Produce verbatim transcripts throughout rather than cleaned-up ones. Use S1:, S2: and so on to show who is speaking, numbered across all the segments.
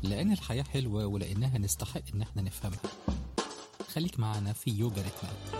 S1: لأن الحياة حلوة ولأنها نستحق إن احنا نفهمها. خليك معنا في يوجا ريتمات.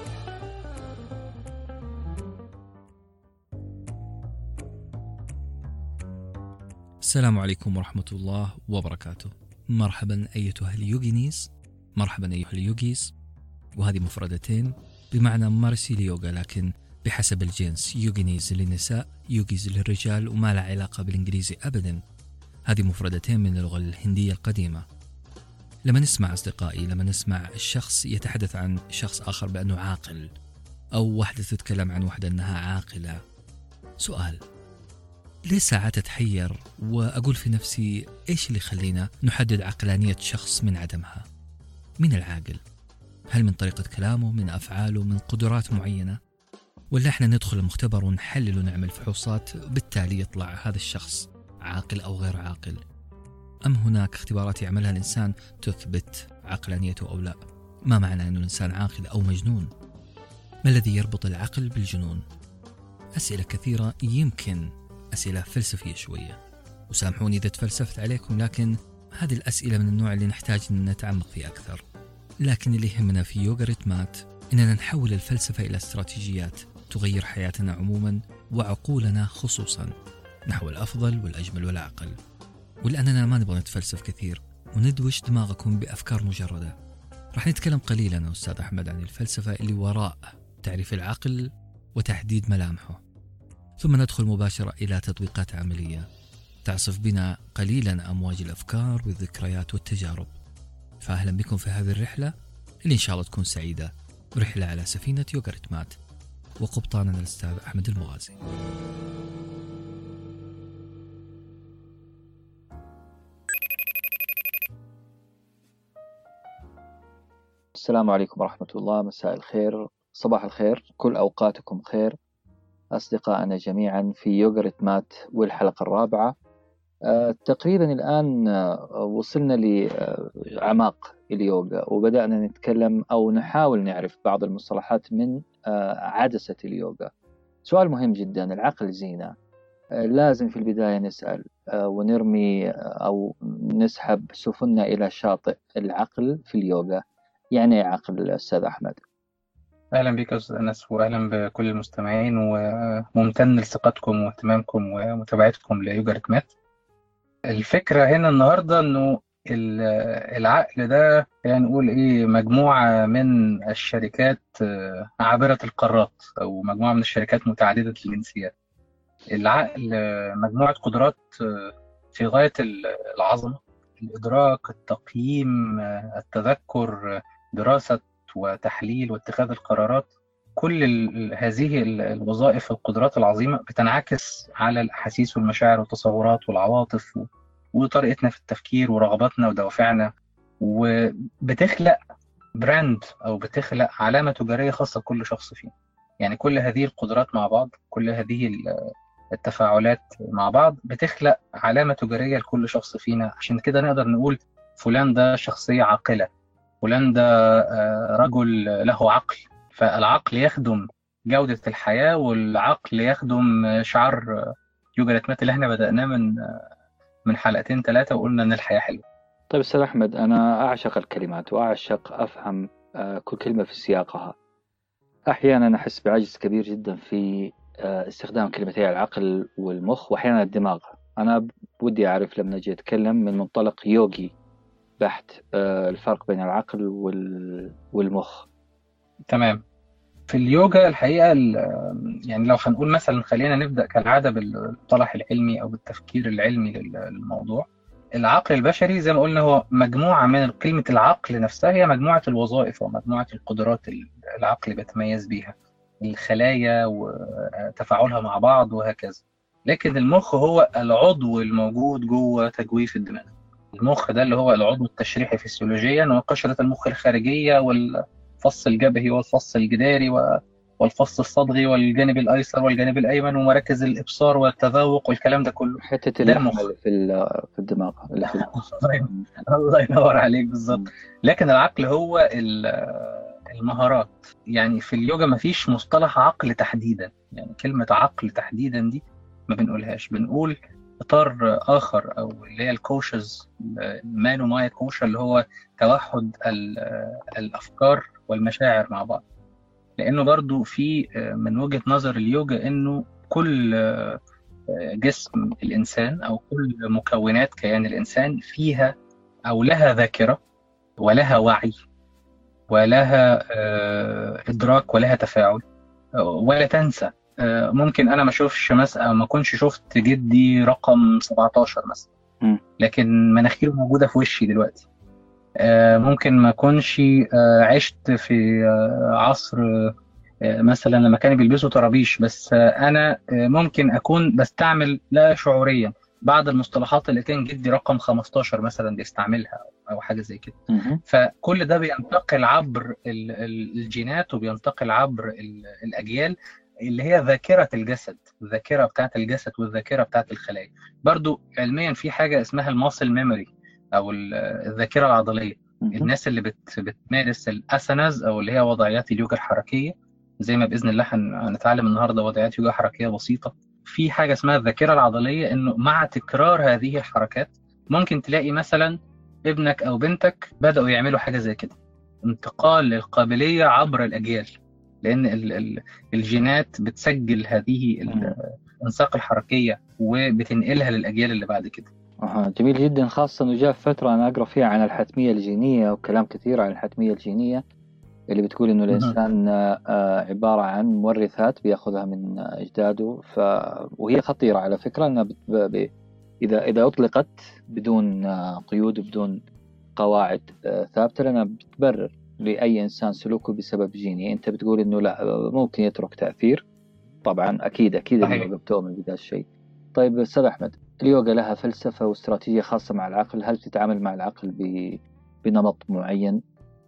S2: السلام عليكم ورحمة الله وبركاته. مرحبا أيتها اليوغينيز، مرحبا أيها اليوغيز. وهذه مفردتين بمعنى ممارسي اليوغا، لكن بحسب الجنس، يوغينيز للنساء، يوغيز للرجال، وما لا علاقة بالإنجليزي أبدا. هذه مفردتين من اللغة الهندية القديمة. لما نسمع أصدقائي، لما نسمع الشخص يتحدث عن شخص آخر بأنه عاقل، أو واحدة تتكلم عن واحدة أنها عاقلة، سؤال: ليه ساعات أتحير وأقول في نفسي إيش اللي يخلينا نحدد عقلانية شخص من عدمها؟ من العاقل؟ هل من طريقة كلامه، من أفعاله، من قدرات معينة؟ ولا إحنا ندخل المختبر ونحلل ونعمل فحوصات بالتالي يطلع هذا الشخص عاقل أو غير عاقل؟ أم هناك اختبارات يعملها الإنسان تثبت عقلانيته أو لا؟ ما معنى أنه الإنسان عاقل أو مجنون؟ ما الذي يربط العقل بالجنون؟ أسئلة كثيرة، يمكن أسئلة فلسفية شوية، وسامحوني إذا تفلسفت عليكم، لكن هذه الأسئلة من النوع اللي نحتاج أن نتعمق فيه أكثر. لكن اللي يهمنا في يوغا ريتمات إننا نحول الفلسفة إلى استراتيجيات تغير حياتنا عموما وعقولنا خصوصا نحو الأفضل والأجمل والأعقل. ولأننا ما نبغى نتفلسف كثير وندوش دماغكم بأفكار مجردة، راح نتكلم قليلا أنا أستاذ أحمد عن الفلسفة اللي وراء تعريف العقل وتحديد ملامحه، ثم ندخل مباشرة إلى تطبيقات عملية تعصف بنا قليلا أمواج الأفكار والذكريات والتجارب. فأهلا بكم في هذه الرحلة اللي إن شاء الله تكون سعيدة، رحلة على سفينة يوغا ريتمات وقبطاننا الأستاذ أحمد المغازي.
S3: السلام عليكم ورحمة الله، مساء الخير، صباح الخير، كل أوقاتكم خير أصدقائنا جميعا في يوغا ريتمات والحلقة الرابعة. أه تقريبا الآن أه وصلنا لأعماق اليوغا، وبدأنا نتكلم أو نحاول نعرف بعض المصطلحات من أه عدسة اليوغا. سؤال مهم جدا: العقل زينة؟ أه لازم في البداية نسأل أه ونرمي أو نسحب سفننا إلى شاطئ العقل في اليوغا. يعني عقل أستاذ أحمد؟
S4: أهلا بك أستاذ أنس، وأهلا بكل المستمعين، وممتن لثقتكم واهتمامكم ومتابعتكم ليوغا ريتمات. الفكرة هنا النهاردة أنه العقل ده يعني نقول إيه، مجموعة من الشركات عابرة القارات، أو مجموعة من الشركات متعددة الجنسيات. العقل مجموعة قدرات في غاية العظمة: الإدراك، التقييم، التذكر، دراسة وتحليل واتخاذ القرارات. كل هذه الوظائف والقدرات العظيمة بتنعكس على الأحاسيس والمشاعر والتصورات والعواطف وطريقتنا في التفكير ورغباتنا ودوافعنا، وبتخلق براند أو بتخلق علامة تجارية خاصة بكل شخص فينا. يعني كل هذه القدرات مع بعض، كل هذه التفاعلات مع بعض بتخلق علامة تجارية لكل شخص فينا. عشان كده نقدر نقول فلان ده شخصية عاقلة، فلان ده رجل له عقل. فالعقل يخدم جودة الحياة، والعقل يخدم شعار يوغا ريتمات اللي احنا بدأناه من من حلقتين ثلاثة وقلنا ان الحياة حلوة.
S3: طيب أستاذ أحمد، أنا أعشق الكلمات وأعشق أفهم كل كلمة في سياقها. أحيانا أحس بعجز كبير جدا في استخدام كلمتي العقل والمخ، وأحيانا الدماغ. أنا بدي أعرف لما نجي أتكلم من منطلق يوغي بحت الفرق بين العقل والمخ.
S4: تمام. في اليوغا الحقيقة يعني لو هنقول مثلا، خلينا نبدأ كالعادة بالمصطلح العلمي أو بالتفكير العلمي للموضوع. العقل البشري زي ما قلنا هو مجموعة من كلمة العقل نفسها، هي مجموعة الوظائف ومجموعة القدرات اللي العقل بيتميز بيها، الخلايا وتفاعلها مع بعض وهكذا. لكن المخ هو العضو الموجود جوه تجويف الدماغ. المخ ده اللي هو العضو التشريحي فسيولوجيا، وقشرة المخ الخارجية والفص الجبهي والفص الجداري والفص الصدغي والجانب الأيسر والجانب الأيمن ومراكز الإبصار والتذوق والكلام ده كله.
S3: حتة اللحم في في الدماغ.
S4: الله ينور عليك، بالظبط. لكن العقل هو المهارات. يعني في اليوجا ما فيش مصطلح عقل تحديدا، يعني كلمة عقل تحديدا دي ما بنقولهاش. بنقول إطار آخر، أو اللي هي الكوشز، مانو مايا كوشا، اللي هو توحد الأفكار والمشاعر مع بعض. لأنه برضو في من وجهة نظر اليوجا إنه كل جسم الإنسان أو كل مكونات كيان الإنسان فيها أو لها ذاكرة ولها وعي ولها إدراك ولها تفاعل ولا تنسى. ممكن أنا ما أشوفش مثلا، ما كنش شفت جدي رقم سبعتاشر مثلا، لكن مناخيره موجودة في وشي دلوقتي. ممكن ما كنش عشت في عصر مثلا لما كانوا بيلبسوا طرابيش، بس أنا ممكن أكون بستعمل لا شعوريا بعض المصطلحات اللي كان جدي رقم خمستاشر مثلا بيستعملها أو حاجة زي كده. فكل ده بينتقل عبر الجينات وبينتقل عبر الأجيال، اللي هي ذاكرة الجسد، الذاكرة بتاعت الجسد والذاكرة بتاعت الخلايا. برضو علميا في حاجة اسمها الماسل ميموري أو الذاكرة العضلية. الناس اللي بت بتمارس الأساناز أو اللي هي وضعيات اليوجا الحركية، زي ما بإذن الله هنتعلم النهاردة وضعيات يوجا حركية بسيطة، في حاجة اسمها الذاكرة العضلية، إنه مع تكرار هذه الحركات ممكن تلاقي مثلا ابنك أو بنتك بدأوا يعملوا حاجة زي كده، انتقال للقابلية عبر الأجيال، لأن ال ال الجينات بتسجل هذه الأنساق الحركية وبتنقلها للأجيال اللي بعد كده.
S3: أها جميل جدا، خاصة إنه جاء فترة أنا أقرأ فيها عن الحتمية الجينية وكلام كثير عن الحتمية الجينية اللي بتقول إنه الإنسان عبارة عن مورثات بيأخذها من أجداده، ف... وهي خطيرة على فكرة، أنها بت... ب... إذا إذا أطلقت بدون قيود وبدون قواعد ثابتة لأنها بتبرر لأي إنسان سلوكه بسبب جيني. أنت بتقول إنه لا، ممكن يترك تأثير، طبعا أكيد أكيد اليوغا بتؤمن بهذا الشيء. طيب أستاذ أحمد، اليوغا لها فلسفة واستراتيجية خاصة مع العقل، هل تتعامل مع العقل ب... بنمط معين؟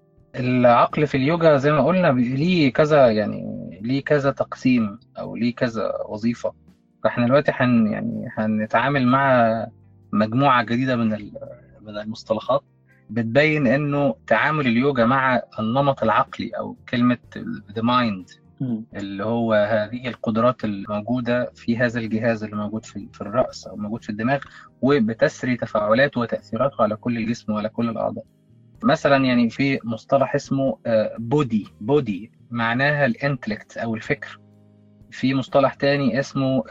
S4: العقل في اليوجا زي ما قلنا ليه كذا، يعني ليه كذا تقسيم او ليه كذا وظيفة. فاحنا دلوقتي حن يعني هنتعامل مع مجموعة جديدة من من المصطلحات بتبين انه تعامل اليوجا مع النمط العقلي او كلمة the mind، اللي هو هذه القدرات الموجودة في هذا الجهاز اللي موجود في في الرأس او موجود في الدماغ، وبتسري تفاعلاته وتأثيراته على كل الجسم وعلى كل الأعضاء. مثلا يعني في مصطلح اسمه بودي، بودي معناها الانتلكت او الفكر. في مصطلح تاني اسمه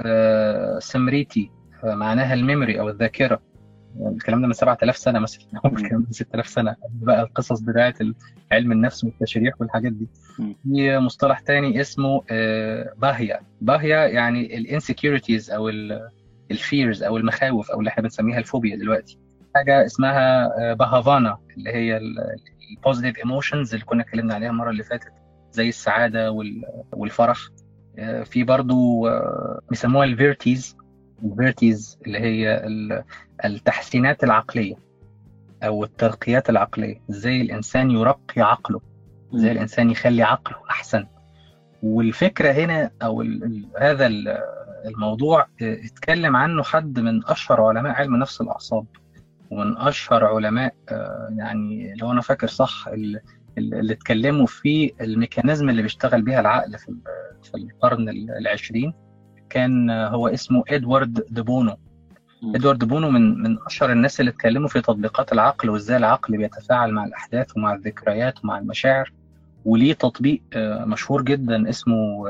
S4: سمريتي معناها الميموري او الذاكره. الكلام ده من سبعة آلاف سنه مثلا، او الكلام من ستة آلاف سنه بقى، القصص بتاعه علم النفس والتشريح والحاجات دي. في مصطلح تاني اسمه باهيا، باهيا يعني الانسكيورتيز او الفيرز او المخاوف او اللي احنا بنسميها الفوبيا دلوقتي. حاجه اسمها بهافانا اللي هي البوزيتيف ايموشنز اللي كنا اتكلمنا عليها المره اللي فاتت، زي السعاده والفرح. في برضو بيسموها الفيرتيز، الفيرتيز اللي هي التحسينات العقليه او الترقيات العقليه، ازاي الانسان يرقي عقله، ازاي الانسان يخلي عقله احسن. والفكره هنا او ال ال هذا الموضوع اتكلم عنه حد من اشهر علماء علم نفس الاعصاب، ومن اشهر علماء يعني لو انا فاكر صح اللي اتكلموا في الميكانيزم اللي بيشتغل بيها العقل في في القرن العشرين، كان هو اسمه ادوارد دي بونو. ادوارد دي بونو من من اشهر الناس اللي اتكلموا في تطبيقات العقل وازاي العقل بيتفاعل مع الاحداث ومع الذكريات ومع المشاعر. وليه تطبيق مشهور جدا اسمه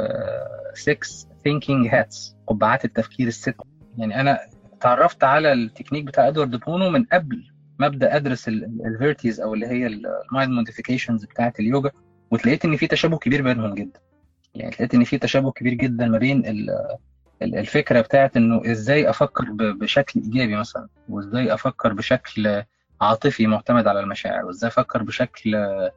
S4: six thinking hats، قبعات التفكير الست. يعني انا تعرفت على التكنيك بتاع ادوارد دي بونو من قبل ما ابدا ادرس الفيرتيز او اللي هي المايند موديفيكيشنز بتاعت اليوجا، وتلاقيت ان في تشابه كبير بينهم جدا. يعني لقيت ان في تشابه كبير جدا ما بين الفكره بتاعت انه ازاي افكر بشكل ايجابي مثلا، وازاي افكر بشكل عاطفي معتمد على المشاعر، وازاي افكر بشكل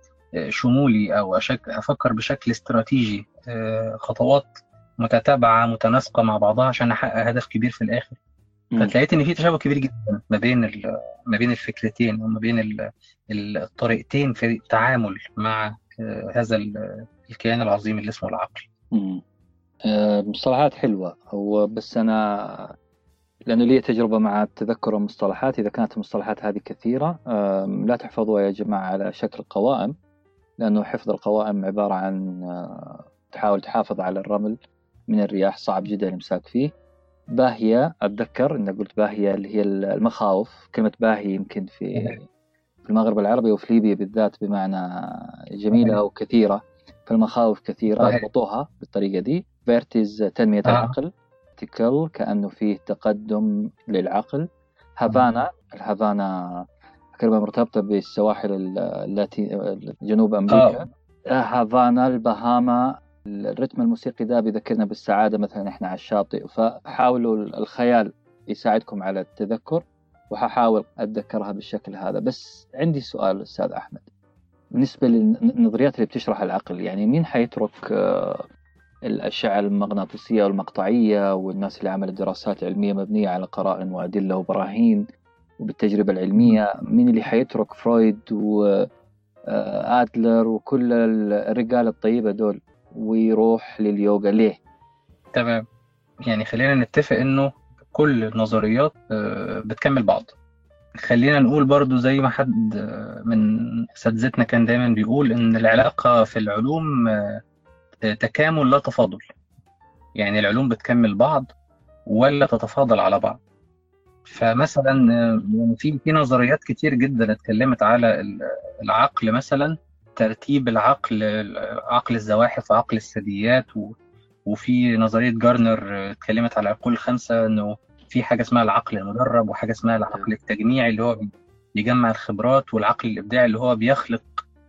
S4: شمولي او افكر بشكل استراتيجي، خطوات متتابعه متناسقه مع بعضها عشان احقق هدف كبير في الاخر. فتلاقيت ان في تشابه كبير جدا ما بين ما بين الفكرتين وما بين الطريقتين في التعامل مع هذا الكيان العظيم اللي اسمه العقل.
S3: امم مصطلحات حلوه، هو بس انا لانه لي تجربه مع تذكر المصطلحات، اذا كانت المصطلحات هذه كثيره لا تحفظوها يا جماعه على شكل قوائم، لانه حفظ القوائم عباره عن تحاول تحافظ على الرمل من الرياح، صعب جدا الامساك فيه. باهية، أتذكر إن قلت باهية اللي هي المخاوف. كلمة باهي يمكن في في المغرب العربي وفي ليبيا بالذات بمعنى جميلة أو كثيرة، فالمخاوف كثيرة يضبطوها بالطريقة دي. فيرتيز تنمية آه. العقل، تيكل كأنه فيه تقدم للعقل. هافانا، الهافانا كلمة مرتبطة بالسواحل التي جنوب أمريكا. آه. هافانا، البهاما، الرتم الموسيقي ده بيذكرنا بالسعادة مثلا إحنا على الشاطئ، فحاولوا الخيال يساعدكم على التذكر، وححاول أتذكرها بالشكل هذا. بس عندي سؤال أستاذ أحمد، بالنسبة للنظريات اللي بتشرح العقل، يعني مين حيترك الأشعة المغناطيسية والمقطعية والناس اللي عملت دراسات علمية مبنية على قرائن وأدلة وبراهين وبالتجربة العلمية، مين اللي حيترك فرويد وآدلر وكل الرجال الطيبة دول ويروح لليوغا ليه؟
S4: تمام، يعني خلينا نتفق إنه كل النظريات بتكمل بعض. خلينا نقول برضو زي ما حد من أساتذتنا كان دايما بيقول إن العلاقة في العلوم تكامل لا تفاضل، يعني العلوم بتكمل بعض ولا تتفاضل على بعض. فمثلا في في نظريات كتير جدا اتكلمت على العقل، مثلا ترتيب العقل، عقل الزواحف وعقل الثدييات، وفي نظرية جارنر اتكلمت على العقول الخمسة، انه في حاجة اسمها العقل المدرب، وحاجة اسمها العقل التجميعي اللي هو بيجمع الخبرات، والعقل الإبداعي اللي هو بيخلق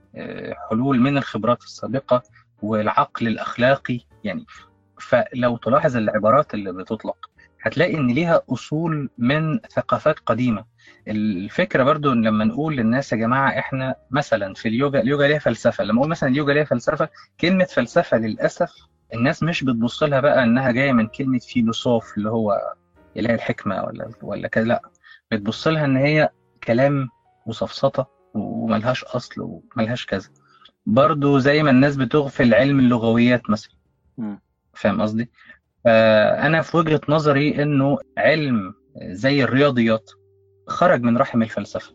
S4: حلول من الخبرات السابقة، والعقل الأخلاقي. يعني فلو تلاحظ العبارات اللي بتطلق هتلاقي ان ليها اصول من ثقافات قديمة. الفكرة برضو إن لما نقول للناس يا جماعة احنا مثلا في اليوجا، اليوجا ليها فلسفة، لما اقول مثلا اليوجا ليها فلسفة، كلمة فلسفة للأسف الناس مش بتبص لها بقى انها جاية من كلمة فيلسوف اللي هو إله الحكمة ولا ولا كده، لا، بتبص لها ان هي كلام وسفسطة وملهاش اصل وملهاش كذا. برضو زي ما الناس بتغفل علم اللغويات مثلا، فاهم قصدي؟ أنا في وجهة نظري إنه علم زي الرياضيات خرج من رحم الفلسفة.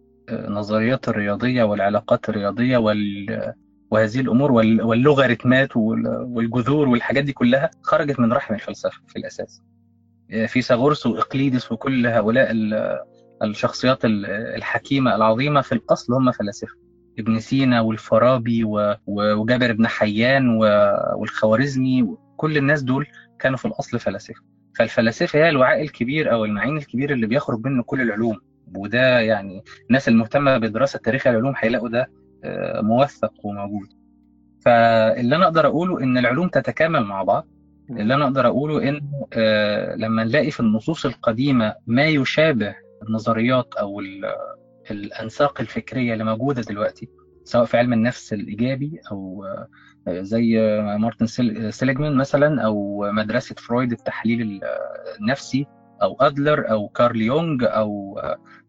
S4: نظريات الرياضية والعلاقات الرياضية وال... وهذه الأمور وال... واللوغاريتمات والجذور والحاجات دي كلها خرجت من رحم الفلسفة في الأساس. فيثاغورس وإقليدس وكل هؤلاء الشخصيات الحكيمة العظيمة في الأصل هم فلاسفة. ابن سينا والفارابي وجابر بن حيان والخوارزمي، كل الناس دول كانوا في الأصل فلاسفة. فالفلاسفة هي الوعاء الكبير أو المعين الكبير اللي بيخرج منه كل العلوم، وده يعني الناس المهتمة بدراسة تاريخ العلوم هيلاقوا ده موثق وموجود. فاللي أنا أقدر أقوله إن العلوم تتكامل مع بعض. اللي أنا أقدر أقوله إنه لما نلاقي في النصوص القديمة ما يشابه النظريات أو الأنساق الفكرية اللي موجودة دلوقتي، سواء في علم النفس الإيجابي أو زي مارتن سيليجمان مثلا، أو مدرسة فرويد التحليل النفسي، أو أدلر أو كارل يونغ، أو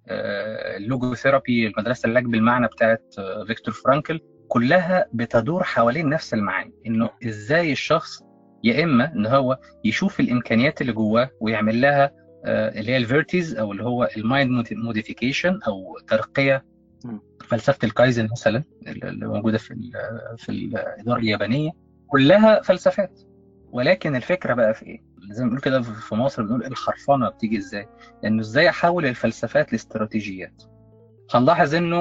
S4: اللوجوثيرابي المدرسة العلاج بالمعنى بتاعت فيكتور فرانكل، كلها بتدور حوالين نفس المعاني، إنه إزاي الشخص يا إما إن هو يشوف الإمكانيات اللي جواه ويعمل لها اللي هي الفيرتيز، أو اللي هو المايند موديفيكيشن أو ترقية. فلسفة الكايزن مثلا اللي موجودة في في الإدارة اليابانية كلها فلسفات. ولكن الفكرة بقى في إيه؟ زي ما بنقول كده في مصر بنقول الخرفانة بتيجي إزاي؟ لأنه إزاي أحول الفلسفات لاستراتيجيات. هنلاحظ إنه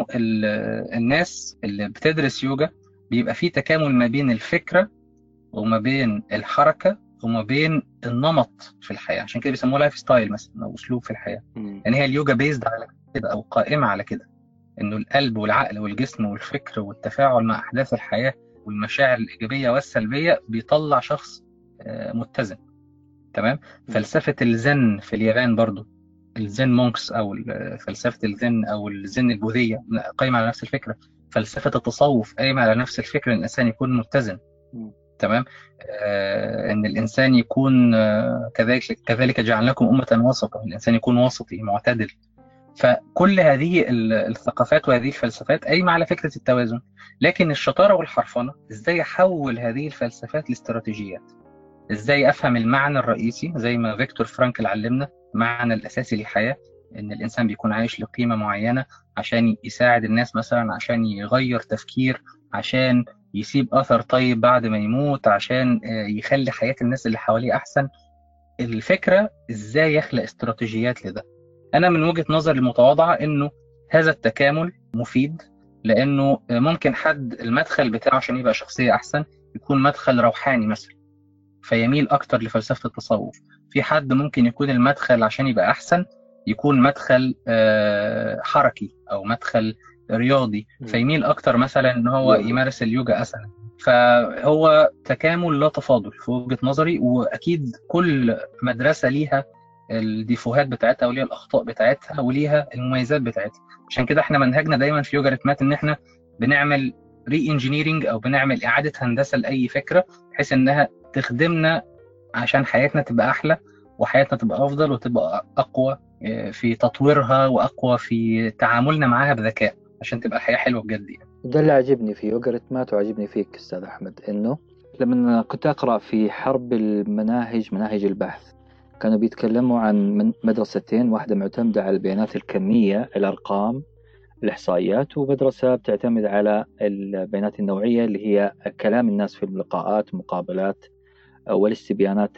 S4: الناس اللي بتدرس يوجا بيبقى فيه تكامل ما بين الفكرة وما بين الحركة وما بين النمط في الحياة، عشان كده بيسموه لايف ستايل مثلا أو أسلوب في الحياة. يعني هي اليوجا بيزد على كده أو قائمة على كده، إنه القلب والعقل والجسم والفكر والتفاعل مع أحداث الحياة والمشاعر الإيجابية والسلبية بيطلع شخص متزن. تمام. فلسفة الزن في اليابان برضو، الزن مونكس أو فلسفة الزن أو الزن البوذية قائمة على نفس الفكرة. فلسفة التصوف قائمة على نفس الفكرة، إن الإنسان يكون متزن. تمام. آه ان الانسان يكون آه كذلك كذلك جعلناكم امه وسطا، الانسان يكون وسطي معتدل. فكل هذه الثقافات وهذه الفلسفات قايمه على فكره التوازن. لكن الشطاره والحرفنه ازاي احول هذه الفلسفات لاستراتيجيات، ازاي افهم المعنى الرئيسي زي ما فيكتور فرانكل علمنا، المعنى الاساسي للحياه، ان الانسان بيكون عايش لقيمه معينه عشان يساعد الناس مثلا، عشان يغير تفكير، عشان يسيب أثر طيب بعد ما يموت، عشان يخلي حياة الناس اللي حواليه أحسن. الفكرة ازاي يخلق استراتيجيات لده. انا من وجهة نظري المتواضعة انه هذا التكامل مفيد، لانه ممكن حد المدخل بتاعه عشان يبقى شخصية احسن يكون مدخل روحاني مثلا، فيميل اكتر لفلسفة التصوف. في حد ممكن يكون المدخل عشان يبقى احسن يكون مدخل حركي او مدخل رياضي، فيميل اكتر مثلا ان هو يمارس اليوجا مثلا. فهو تكامل لا تفاضل في وجهة نظري، واكيد كل مدرسة ليها الديفوهات بتاعتها وليها الاخطاء بتاعتها وليها المميزات بتاعتها. عشان كده احنا منهجنا دايما في يوجا ريتمات ان احنا بنعمل ري انجينيرنج او بنعمل اعادة هندسة لاي فكرة بحيث انها تخدمنا عشان حياتنا تبقى احلى وحياتنا تبقى افضل وتبقى اقوى في تطويرها واقوى في تعاملنا معاها بذكاء عشان تبقى الحياة حلوة بجد يعني.
S3: ده اللي عجبني في يوجا ريتمات وعجبني فيك أستاذ أحمد، إنه لما كنت أقرأ في حرب المناهج مناهج البحث كانوا بيتكلموا عن مدرستين، واحدة معتمدة على البيانات الكمية الأرقام الإحصائيات، ومدرسة بتعتمد على البيانات النوعية اللي هي كلام الناس في اللقاءات المقابلات والاستبيانات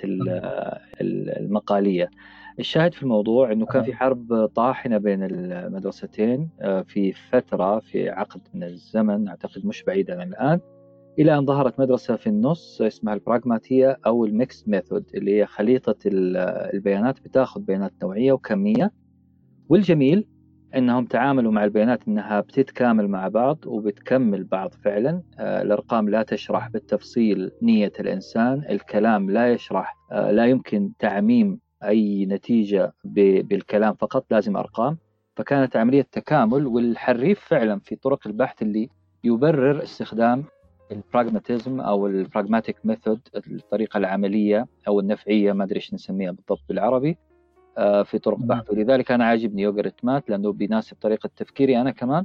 S3: المقالية. الشاهد في الموضوع أنه كان في حرب طاحنة بين المدرستين في فترة في عقد من الزمن أعتقد مش بعيدة عن الآن، إلى أن ظهرت مدرسة في النص اسمها البراغماتية أو الميكس ميثود، اللي هي خليطة البيانات بتاخذ بيانات نوعية وكمية. والجميل أنهم تعاملوا مع البيانات أنها بتتكامل مع بعض وبتكمل بعض فعلا. الأرقام لا تشرح بالتفصيل نية الإنسان، الكلام لا يشرح، لا يمكن تعميم أي نتيجة بالكلام فقط، لازم أرقام. فكانت عملية تكامل، والحريف فعلا في طرق البحث اللي يبرر استخدام البراغماتيزم أو البراغماتيك ميثود، الطريقة العملية أو النفعية، ما أدري إيش نسميها بالضبط بالعربي، في طرق بحث. ولذلك أنا عاجبني يوجا ريتمات لأنه بيناسب طريقة تفكيري أنا كمان.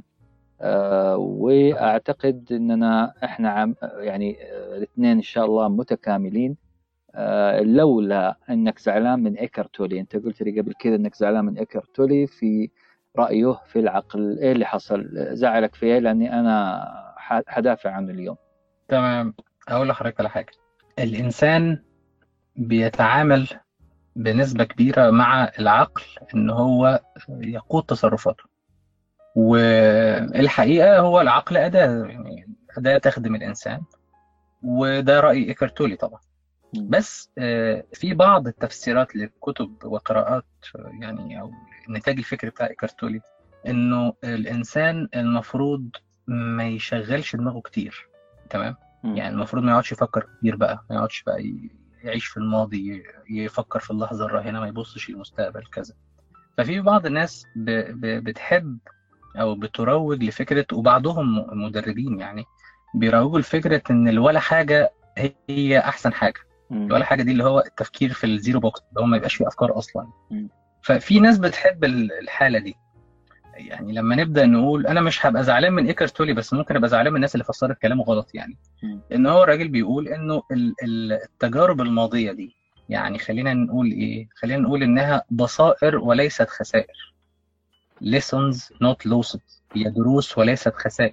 S3: وأعتقد أننا إحنا عم يعني الاثنين إن شاء الله متكاملين. لولا أنك زعلان من إيكارت تولي، أنت قلت لي قبل كذا أنك زعلان من إيكارت تولي في رأيه في العقل، إيه اللي حصل؟ زعلك فيه؟ لأني أنا حدافع عنه اليوم.
S4: تمام، أقول لحضرتك على حاجة. الإنسان بيتعامل بنسبة كبيرة مع العقل إن هو يقود تصرفاته، والحقيقة هو العقل أداة، يعني أداة تخدم الإنسان، وده رأي إيكارت تولي طبعا. بس في بعض التفسيرات لكتب وقراءات يعني أو النتاج الفكري بتاع إيكارت تولي إنه الإنسان المفروض ما يشغلش دماغه كتير. تمام، يعني المفروض ما يقعدش يفكر كتير بقى، ما يقعدش بقى يعيش في الماضي، يفكر في اللحظة الراهنة، ما يبصش للمستقبل كذا. ففي بعض الناس ب... ب... بتحب أو بتروج لفكرة، وبعضهم مدربين يعني بيروجوا لفكرة إن الولا حاجة هي أحسن حاجة. الولا حاجة دي اللي هو التفكير في الزيرو بوكس، اللي هو ما يبقاش فيه أفكار أصلا. ففي ناس بتحب الحالة دي. يعني لما نبدأ نقول أنا مش هبقى زعلان من إيكارت تولي، بس ممكن أبقى زعلان من الناس اللي فسرت كلامه غلط. يعني إن هو الراجل بيقول إنه التجارب الماضية دي، يعني خلينا نقول إيه، خلينا نقول إنها بصائر وليست خسائر. lessons not losses، هي دروس وليست خسائر.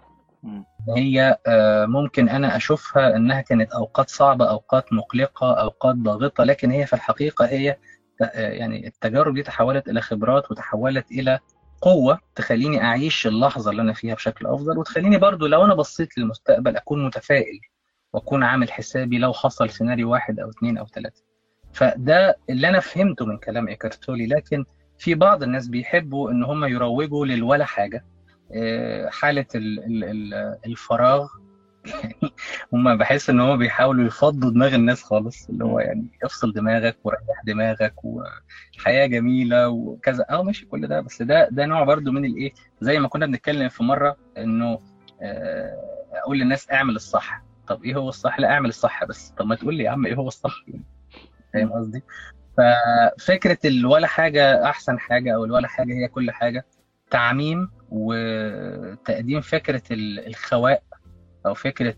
S4: هي ممكن أنا أشوفها إنها كانت أوقات صعبة، أوقات مقلقة، أوقات ضاغطة، لكن هي في الحقيقة هي يعني التجارب دي تحولت إلى خبرات وتحولت إلى قوة تخليني أعيش اللحظة اللي أنا فيها بشكل أفضل، وتخليني برضو لو أنا بصيت للمستقبل أكون متفائل وأكون عامل حسابي لو حصل سيناريو واحد أو اثنين أو ثلاثة. فده اللي أنا فهمته من كلام إيكارت تولي. لكن في بعض الناس بيحبوا إن هم يروجوا للولا حاجة، حالة الفراغ. يعني هم بحس ان هو بيحاولوا يفضوا دماغ الناس خالص، اللي هو يعني افصل دماغك وريح دماغك والحياة جميلة وكذا. اه ماشي كل ده، بس ده ده نوع برضو من الايه، زي ما كنا بنتكلم في مرة انه اقول للناس اعمل الصح. طب ايه هو الصح؟ لا اعمل الصح بس. طب ما تقول لي يا عم ايه هو الصح؟ فاهم قصدي؟ ففكرة الولا حاجة احسن حاجة او الولا حاجة هي كل حاجة، تعميم وتقديم فكرة الخواء أو فكرة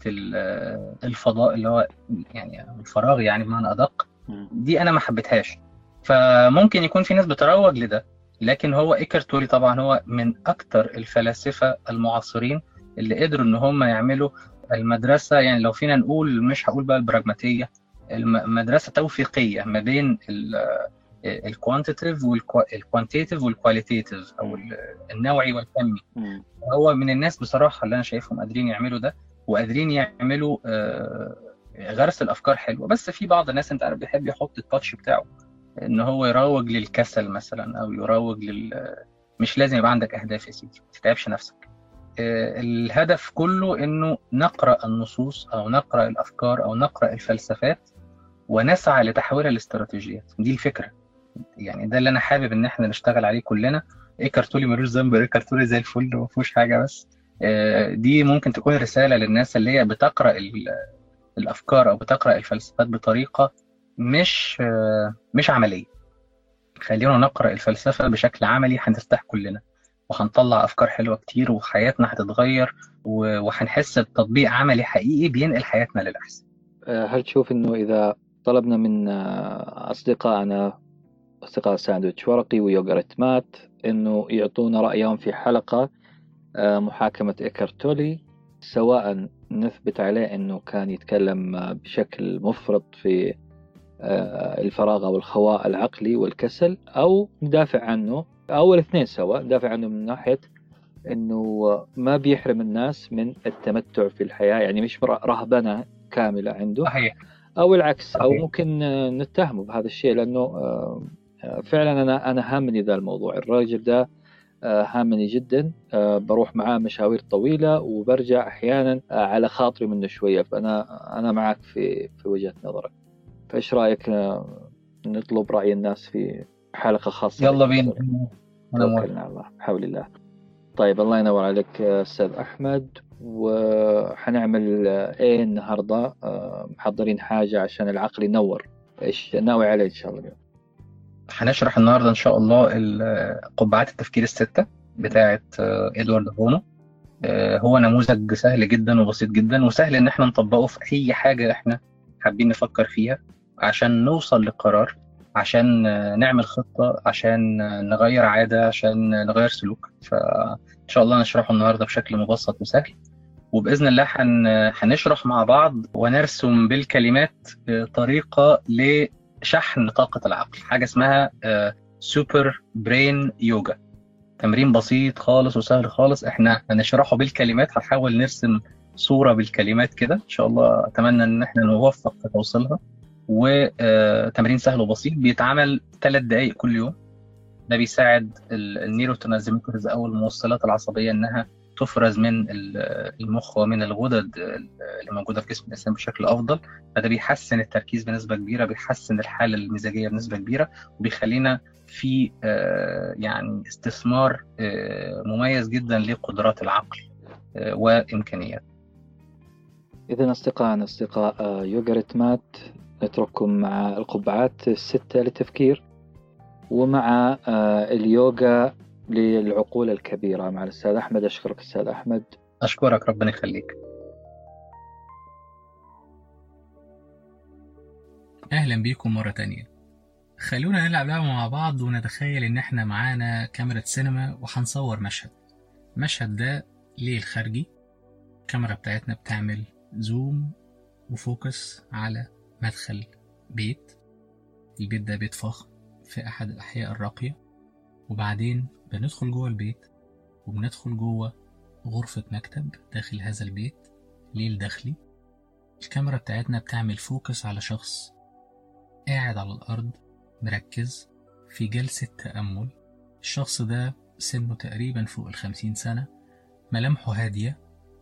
S4: الفضاء اللي هو يعني الفراغ يعني بمعنى أدق، دي أنا ما حبيتهاش. فممكن يكون في ناس بتروج لده، لكن هو إيكارت تولي طبعا هو من أكتر الفلاسفة المعاصرين اللي قدروا إن هم يعملوا المدرسة، يعني لو فينا نقول، مش هقول بقى البراغماتية، مدرسة توفيقية ما بين الكوانتيتيف والكوانتيتيف والكواليتيتيف أو النوعي والكمي. هو من الناس بصراحة اللي أنا شايفهم قادرين يعملوا ده، وقادرين يعملوا غرس الأفكار حلوة. بس في بعض الناس أنت عارف بيحب يحط التاتش بتاعه، إن هو يروج للكسل مثلا، أو يروج لل مش لازم يبقى عندك أهداف يا سيدي، ما تتعبش نفسك. الهدف كله إنه نقرأ النصوص أو نقرأ الأفكار أو نقرأ الفلسفات ونسعى لتحويلها لاستراتيجيات. دي الفكرة يعني، ده اللي أنا حابب إن إحنا نشتغل عليه كلنا. إيكارت تولي ملوش ذنب، إيكارت تولي زي الفل ما فيهوش حاجة، بس دي ممكن تكون رسالة للناس اللي هي بتقرأ الأفكار أو بتقرأ الفلسفات بطريقة مش مش عملية. خلينا نقرأ الفلسفة بشكل عملي، هنرتاح كلنا وهنطلع أفكار حلوة كتير، وحياتنا هتتغير، وهنحس بتطبيق عملي حقيقي بينقل حياتنا للأحسن.
S3: هل تشوف إنه إذا طلبنا من أصدقائنا أصدقاء ساندويتش ورقي ويوغرت مات إنه يعطونا رأيهم في حلقة محاكمة إيكارت تولي، سواء نثبت عليه إنه كان يتكلم بشكل مفرط في الفراغ أو الخواء العقلي والكسل، أو ندافع عنه، أو الاثنين سوا، ندافع عنه من ناحية إنه ما بيحرم الناس من التمتع في الحياة، يعني مش رهبنة كاملة عنده،
S4: صحيح.
S3: أو العكس،
S4: صحيح.
S3: أو ممكن نتهمه بهذا الشيء، لأنه فعلا أنا أنا هامني ذا الموضوع. الراجل ده هامني جدا، بروح معاه مشاوير طويلة وبرجع أحيانا على خاطري منه شوية، فأنا أنا معك في في وجهة نظرك. فإيش رأيك نطلب رأي الناس في حلقة خاصة؟
S4: يلا بينا،
S3: توكلنا على الله بحول الله. طيب الله ينور عليك أستاذ أحمد. وحنعمل إيه النهاردة؟ محضرين حاجة عشان العقل ينور، إيش ناوي عليه إن شاء الله اليوم؟
S4: هنشرح النهاردة إن شاء الله قبعات التفكير الستة بتاعة إدوارد بونو. هو نموذج سهل جدا وبسيط جدا، وسهل إن احنا نطبقه في أي حاجة احنا حابين نفكر فيها عشان نوصل لقرار، عشان نعمل خطة، عشان نغير عادة، عشان نغير سلوك. فإن شاء الله نشرحه النهاردة بشكل مبسط وسهل، وبإذن الله هنشرح مع بعض ونرسم بالكلمات طريقة لشحن طاقة العقل، حاجة اسمها سوبر برين يوجا. تمرين بسيط خالص وسهل خالص، احنا هنشرحه بالكلمات، هنحاول نرسم صورة بالكلمات كده إن شاء الله. أتمنى إن احنا نوفق في توصيلها. وتمرين سهل وبسيط بيتعمل ثلاث دقائق كل يوم. ده بيساعد النيوروترانسميترز أو الموصلات العصبية إنها تفرز من المخ ومن الغدد اللي موجودة في جسم الإنسان بشكل أفضل. فده بيحسن التركيز بنسبة كبيرة، بيحسن الحالة المزاجية بنسبة كبيرة، وبيخلينا في يعني استثمار مميز جدا لقدرات العقل وإمكانيات.
S3: إذن أصدقائنا أصدقاء يوغرت مات، نترككم مع القبعات الستة للتفكير، ومع اليوغا للعقول الكبيرة مع الأستاذ أحمد. أشكرك أستاذ أحمد.
S4: أشكرك، ربنا يخليك.
S1: أهلا بيكم مرة تانية. خلونا نلعب لعبة مع بعض ونتخيل إن إحنا معانا كاميرا سينما وحنصور مشهد. المشهد ده ليه الخارجي، الكاميرا بتاعتنا بتعمل زوم وفوكس على مدخل بيت. البيت ده بيت فخم في أحد الأحياء الراقية، وبعدين بندخل جوه البيت وبندخل جوه غرفة مكتب داخل هذا البيت ليل داخلي. الكاميرا بتاعتنا بتعمل فوكس على شخص قاعد على الأرض مركز في جلسة تأمل. الشخص ده سنه تقريبا فوق الخمسين سنة، ملامحه هادية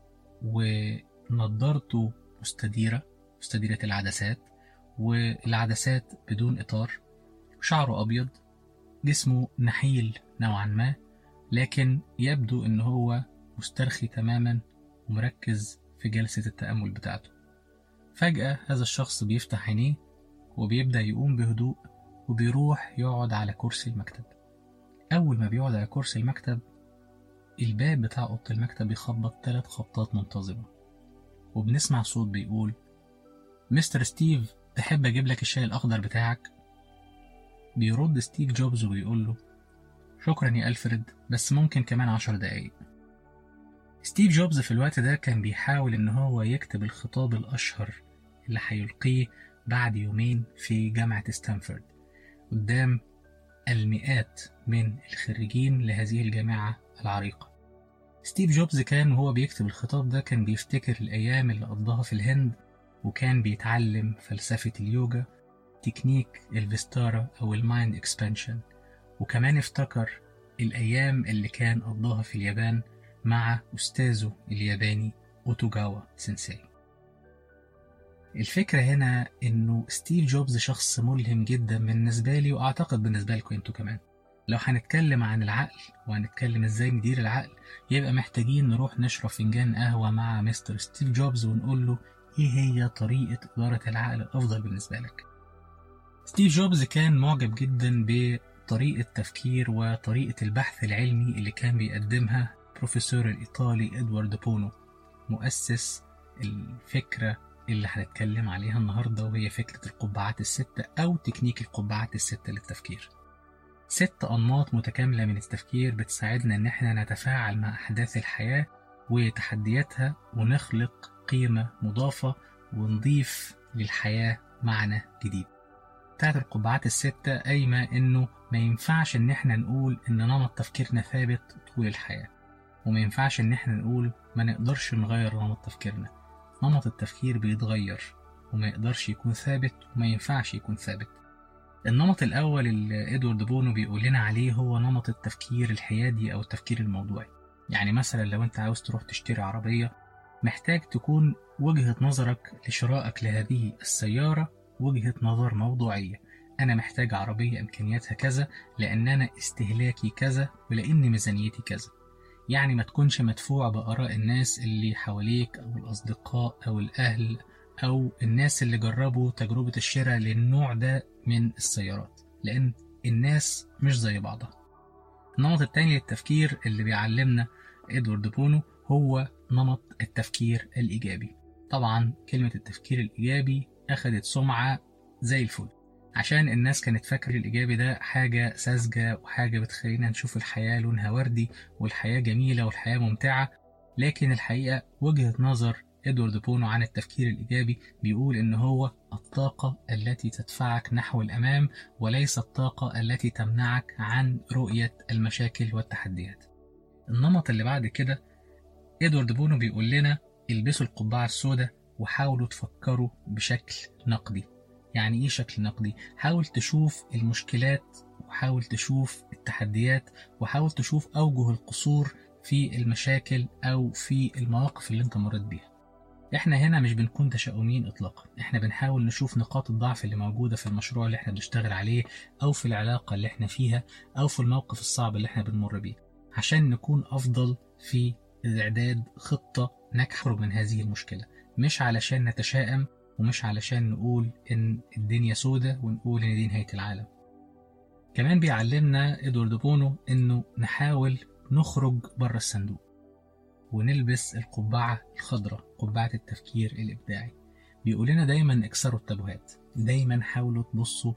S1: ونضارته مستديرة مستديرة العدسات، والعدسات بدون إطار، شعره أبيض، جسمه نحيل نوعا ما، لكن يبدو إن هو مسترخي تماما ومركز في جلسة التأمل بتاعته. فجأة هذا الشخص بيفتح عينيه وبيبدأ يقوم بهدوء وبيروح يقعد على كرسي المكتب. أول ما بيقعد على كرسي المكتب، الباب بتاع أوضة المكتب بيخبط ثلاث خبطات منتظمة، وبنسمع صوت بيقول: مستر ستيف، تحب أجيب لك الشاي الأخضر بتاعك؟ بيرد ستيف جوبز وبيقول له: شكرا يا ألفريد، بس ممكن كمان عشر دقايق. ستيف جوبز في الوقت ده كان بيحاول إن هو يكتب الخطاب الأشهر اللي هيلقيه بعد يومين في جامعة ستانفورد قدام المئات من الخريجين لهذه الجامعة العريقة. ستيف جوبز كان وهو بيكتب الخطاب ده كان بيفتكر الأيام اللي قضاها في الهند، وكان بيتعلم فلسفة اليوجا، تكنيك الفيستارا أو المايند اكسبانشن، وكمان افتكر الأيام اللي كان قضاها في اليابان مع أستاذه الياباني أوتوغاوا سينساي. الفكرة هنا إنه ستيف جوبز شخص ملهم جدا بالنسبة لي، وأعتقد بالنسبة لكم أنتوا كمان. لو هنتكلم عن العقل وهنتكلم إزاي ندير العقل، يبقى محتاجين نروح نشرب فنجان قهوة مع مستر ستيف جوبز ونقول له إيه هي طريقة إدارة العقل الأفضل بالنسبة لك. ستيف جوبز كان معجب جدا بطريقة تفكير وطريقة البحث العلمي اللي كان بيقدمها بروفيسور الإيطالي إدوارد بونو، مؤسس الفكرة اللي هنتكلم عليها النهاردة، وهي فكرة القبعات الستة أو تكنيك القبعات الستة للتفكير. ست أنماط متكاملة من التفكير بتساعدنا إن احنا نتفاعل مع أحداث الحياة وتحدياتها، ونخلق قيمة مضافة ونضيف للحياة معنى جديد. بتاعت القبعات الستة قايمة إنه ما ينفعش إن احنا نقول إن نمط تفكيرنا ثابت طول الحياة، وما ينفعش إن احنا نقول ما نقدرش نغير نمط تفكيرنا. نمط التفكير بيتغير وما يقدرش يكون ثابت وما ينفعش يكون ثابت. النمط الأول اللي إدوارد بونو بيقول لنا عليه هو نمط التفكير الحيادي أو التفكير الموضوعي. يعني مثلا لو أنت عاوز تروح تشتري عربية، محتاج تكون وجهة نظرك لشرائك لهذه السيارة وجهة نظر موضوعية. أنا محتاج عربية إمكانياتها كذا لأن أنا استهلاكي كذا ولأن ميزانيتي كذا. يعني ما تكونش مدفوع بآراء الناس اللي حواليك أو الأصدقاء أو الأهل أو الناس اللي جربوا تجربة الشراء للنوع ده من السيارات، لأن الناس مش زي بعضها. النمط التاني للتفكير اللي بيعلمنا إدوارد بونو هو نمط التفكير الإيجابي. طبعا كلمة التفكير الإيجابي أخدت سمعة زي الفل، عشان الناس كانت فاكرة الإيجابي ده حاجة ساذجة وحاجة بتخلينا نشوف الحياة لونها وردي والحياة جميلة والحياة ممتعة. لكن الحقيقة وجهة نظر إدوارد بونو عن التفكير الإيجابي بيقول إن هو الطاقة التي تدفعك نحو الأمام، وليس الطاقة التي تمنعك عن رؤية المشاكل والتحديات. النمط اللي بعد كده إدوارد بونو بيقول لنا البسوا القبعة السوداء وحاولوا تفكروا بشكل نقدي. يعني إيه شكل نقدي؟ حاول تشوف المشكلات وحاول تشوف التحديات وحاول تشوف أوجه القصور في المشاكل أو في المواقف اللي انت مريت بيها. احنا هنا مش بنكون تشاؤمين اطلاقا، احنا بنحاول نشوف نقاط الضعف اللي موجودة في المشروع اللي احنا بنشتغل عليه او في العلاقة اللي احنا فيها او في الموقف الصعب اللي احنا بنمر بيه، عشان نكون افضل في اعداد خطة نخرج من هذه المشكلة. مش علشان نتشائم ومش علشان نقول ان الدنيا سودة ونقول ان دي نهاية العالم. كمان بيعلمنا إدوارد بونو انه نحاول نخرج بره الصندوق ونلبس القبعة الخضراء، قبعة التفكير الإبداعي. بيقول لنا دايما اكسروا التابوهات، دايما حاولوا تبصوا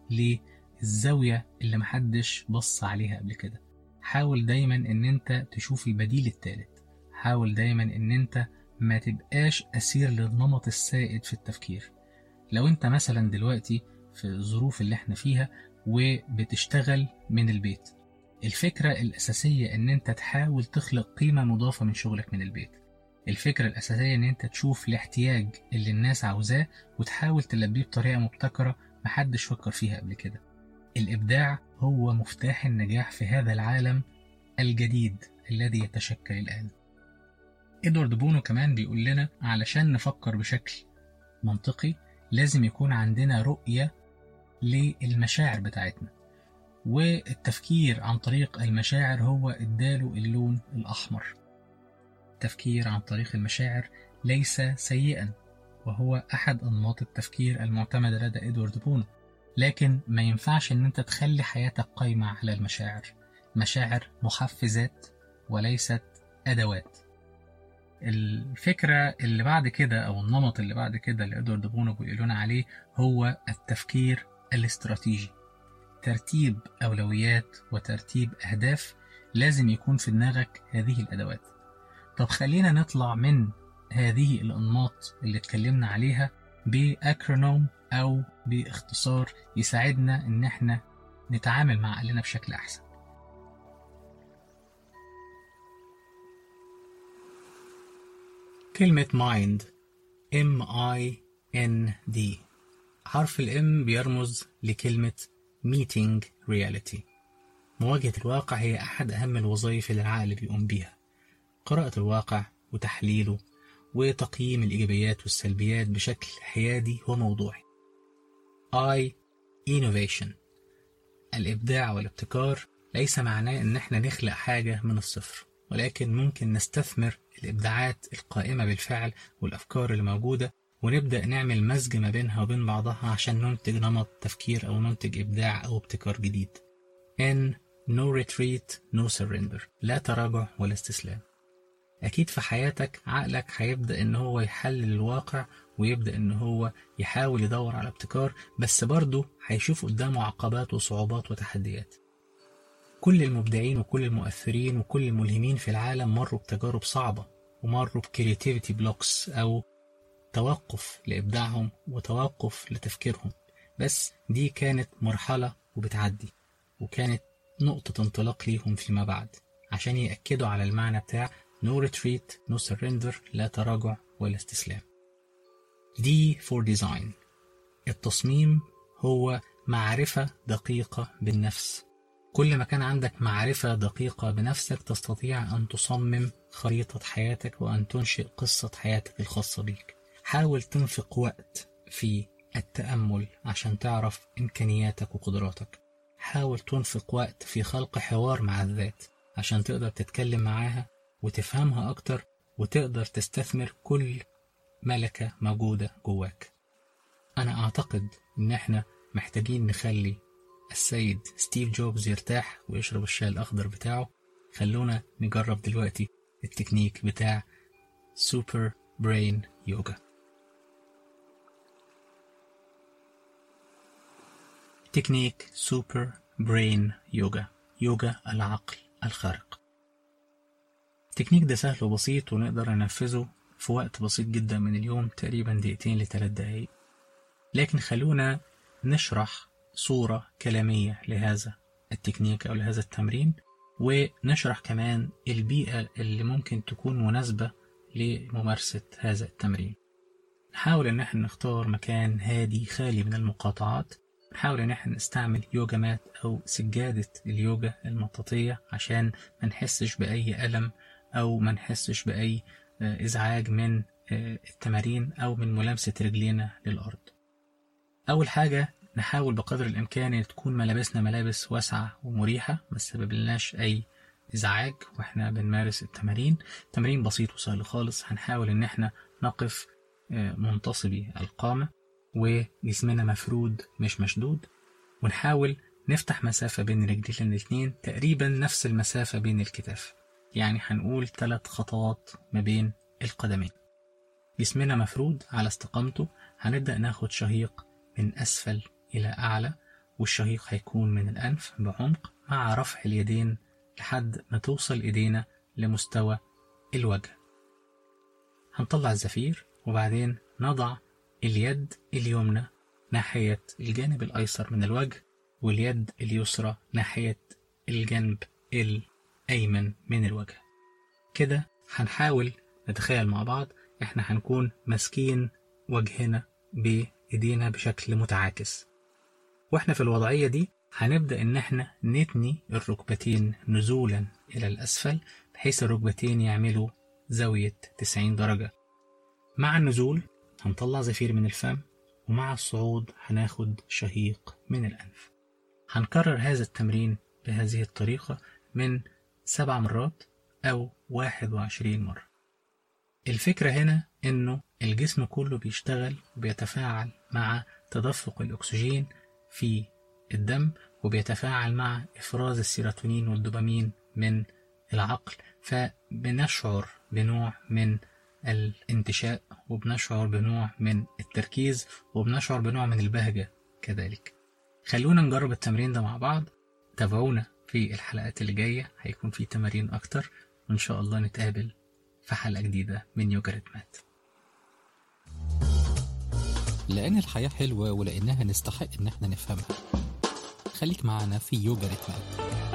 S1: للزاوية اللي محدش بص عليها قبل كده. حاول دايما ان انت تشوف البديل الثالث، حاول دايما ان انت ما تبقاش أسير للنمط السائد في التفكير. لو انت مثلا دلوقتي في الظروف اللي احنا فيها وبتشتغل من البيت، الفكرة الأساسية ان انت تحاول تخلق قيمة مضافة من شغلك من البيت. الفكرة الأساسية ان انت تشوف الاحتياج اللي الناس عاوزاه وتحاول تلبيه بطريقة مبتكرة محدش فكر فيها قبل كده. الإبداع هو مفتاح النجاح في هذا العالم الجديد الذي يتشكل الآن. إدوارد بونو كمان بيقول لنا علشان نفكر بشكل منطقي لازم يكون عندنا رؤية للمشاعر بتاعتنا، والتفكير عن طريق المشاعر هو اداله اللون الأحمر. التفكير عن طريق المشاعر ليس سيئا، وهو أحد أنماط التفكير المعتمدة لدى إدوارد بونو، لكن ما ينفعش ان انت تخلي حياتك قايمة على المشاعر. مشاعر محفزات وليست أدوات. الفكرة اللي بعد كده أو النمط اللي بعد كده اللي إدوارد بونو بيقولون عليه هو التفكير الاستراتيجي. ترتيب أولويات وترتيب أهداف، لازم يكون في دماغك هذه الأدوات. طب خلينا نطلع من هذه الأنماط اللي اتكلمنا عليها بأكرونوم أو باختصار يساعدنا إن احنا نتعامل مع عقلنا بشكل أحسن. كلمة mind M I N D، حرف الام بيرمز لكلمة meeting reality. مواجهة الواقع هي أحد أهم الوظائف اللي العقل بيقوم بيها، قراءة الواقع وتحليله وتقييم الإيجابيات والسلبيات بشكل حيادي وموضوعي. I innovation، الإبداع والابتكار ليس معناه إن احنا نخلق حاجة من الصفر، ولكن ممكن نستثمر الإبداعات القائمة بالفعل والأفكار اللي موجودة ونبدأ نعمل مزج ما بينها وبين بعضها عشان ننتج نمط تفكير أو ننتج إبداع أو ابتكار جديد. N no retreat no surrender، لا تراجع ولا استسلام. أكيد في حياتك عقلك هيبدأ إن هو يحلل الواقع ويبدأ إن هو يحاول يدور على ابتكار، بس برضه هيشوف قدامه عقبات وصعوبات وتحديات. كل المبدعين وكل المؤثرين وكل الملهمين في العالم مروا بتجارب صعبة ومروا بكرياتيفيتي بلوكس أو توقف لإبداعهم وتوقف لتفكيرهم، بس دي كانت مرحلة وبتعدي، وكانت نقطة انطلاق ليهم فيما بعد عشان يأكدوا على المعنى بتاع no retreat no surrender، لا تراجع ولا استسلام. D for design، التصميم هو معرفة دقيقة بالنفس. كل ما كان عندك معرفة دقيقة بنفسك تستطيع أن تصمم خريطة حياتك وأن تنشئ قصة حياتك الخاصة بيك. حاول تنفق وقت في التأمل عشان تعرف إمكانياتك وقدراتك. حاول تنفق وقت في خلق حوار مع الذات عشان تقدر تتكلم معاها وتفهمها أكتر وتقدر تستثمر كل ملكة موجودة جواك. أنا أعتقد إن إحنا محتاجين نخلي السيد ستيف جوبز يرتاح ويشرب الشاي الأخضر بتاعه. خلونا نجرب دلوقتي التكنيك بتاع سوبر برين يوجا. تكنيك سوبر برين يوجا، يوجا العقل الخارق. التكنيك ده سهل وبسيط ونقدر ننفذه في وقت بسيط جدا من اليوم، تقريبا دقيقتين لثلاث دقايق. لكن خلونا نشرح صورة كلامية لهذا التكنيك أو لهذا التمرين، ونشرح كمان البيئة اللي ممكن تكون مناسبة لممارسة هذا التمرين. نحاول ان احنا نختار مكان هادي خالي من المقاطعات. نحاول ان احنا نستعمل يوجا مات او سجادة اليوجا المطاطية عشان ما نحسش بأي ألم او ما نحسش بأي ازعاج من التمارين او من ملامسة رجلينا للأرض. اول حاجة نحاول بقدر الامكان ان تكون ملابسنا ملابس واسعة ومريحة ما تسببلناش اي ازعاج واحنا بنمارس التمارين. تمرين بسيط وسهل خالص. هنحاول ان احنا نقف منتصبي القامة وجسمنا مفرود مش مشدود، ونحاول نفتح مسافة بين رجلين الاثنين تقريبا نفس المسافة بين الكتاف، يعني هنقول ثلاث خطوات ما بين القدمين. جسمنا مفرود على استقامته. هنبدأ ناخد شهيق من أسفل إلى أعلى، والشهيق هيكون من الأنف بعمق مع رفع اليدين لحد ما توصل إيدينا لمستوى الوجه. هنطلع الزفير وبعدين نضع اليد اليمنى ناحية الجانب الأيسر من الوجه، واليد اليسرى ناحية الجنب الأيمن من الوجه. كده هنحاول نتخيل مع بعض احنا هنكون ماسكين وجهنا بإيدينا بشكل متعاكس، واحنا في الوضعية دي هنبدأ ان احنا نتني الركبتين نزولا إلى الأسفل بحيث الركبتين يعملوا زاوية تسعين درجة. مع النزول هنطلع زفير من الفم، ومع الصعود هناخد شهيق من الأنف. هنكرر هذا التمرين بهذه الطريقة من سبع مرات أو واحد وعشرين مرة. الفكرة هنا إنه الجسم كله بيشتغل وبيتفاعل مع تدفق الأكسجين في الدم، وبيتفاعل مع إفراز السيروتونين والدوبامين من العقل، فبنشعر بنوع من الانتشاء وبنشعر بنوع من التركيز وبنشعر بنوع من البهجة كذلك. خلونا نجرب التمرين ده مع بعض. تابعونا في الحلقات اللي جاية، هيكون في تمارين أكتر، وإن شاء الله نتقابل في حلقة جديدة من يوجا ريتمات. لأن الحياة حلوة ولأنها نستحق إن احنا نفهمها. خليك معنا في يوجا ريتمات.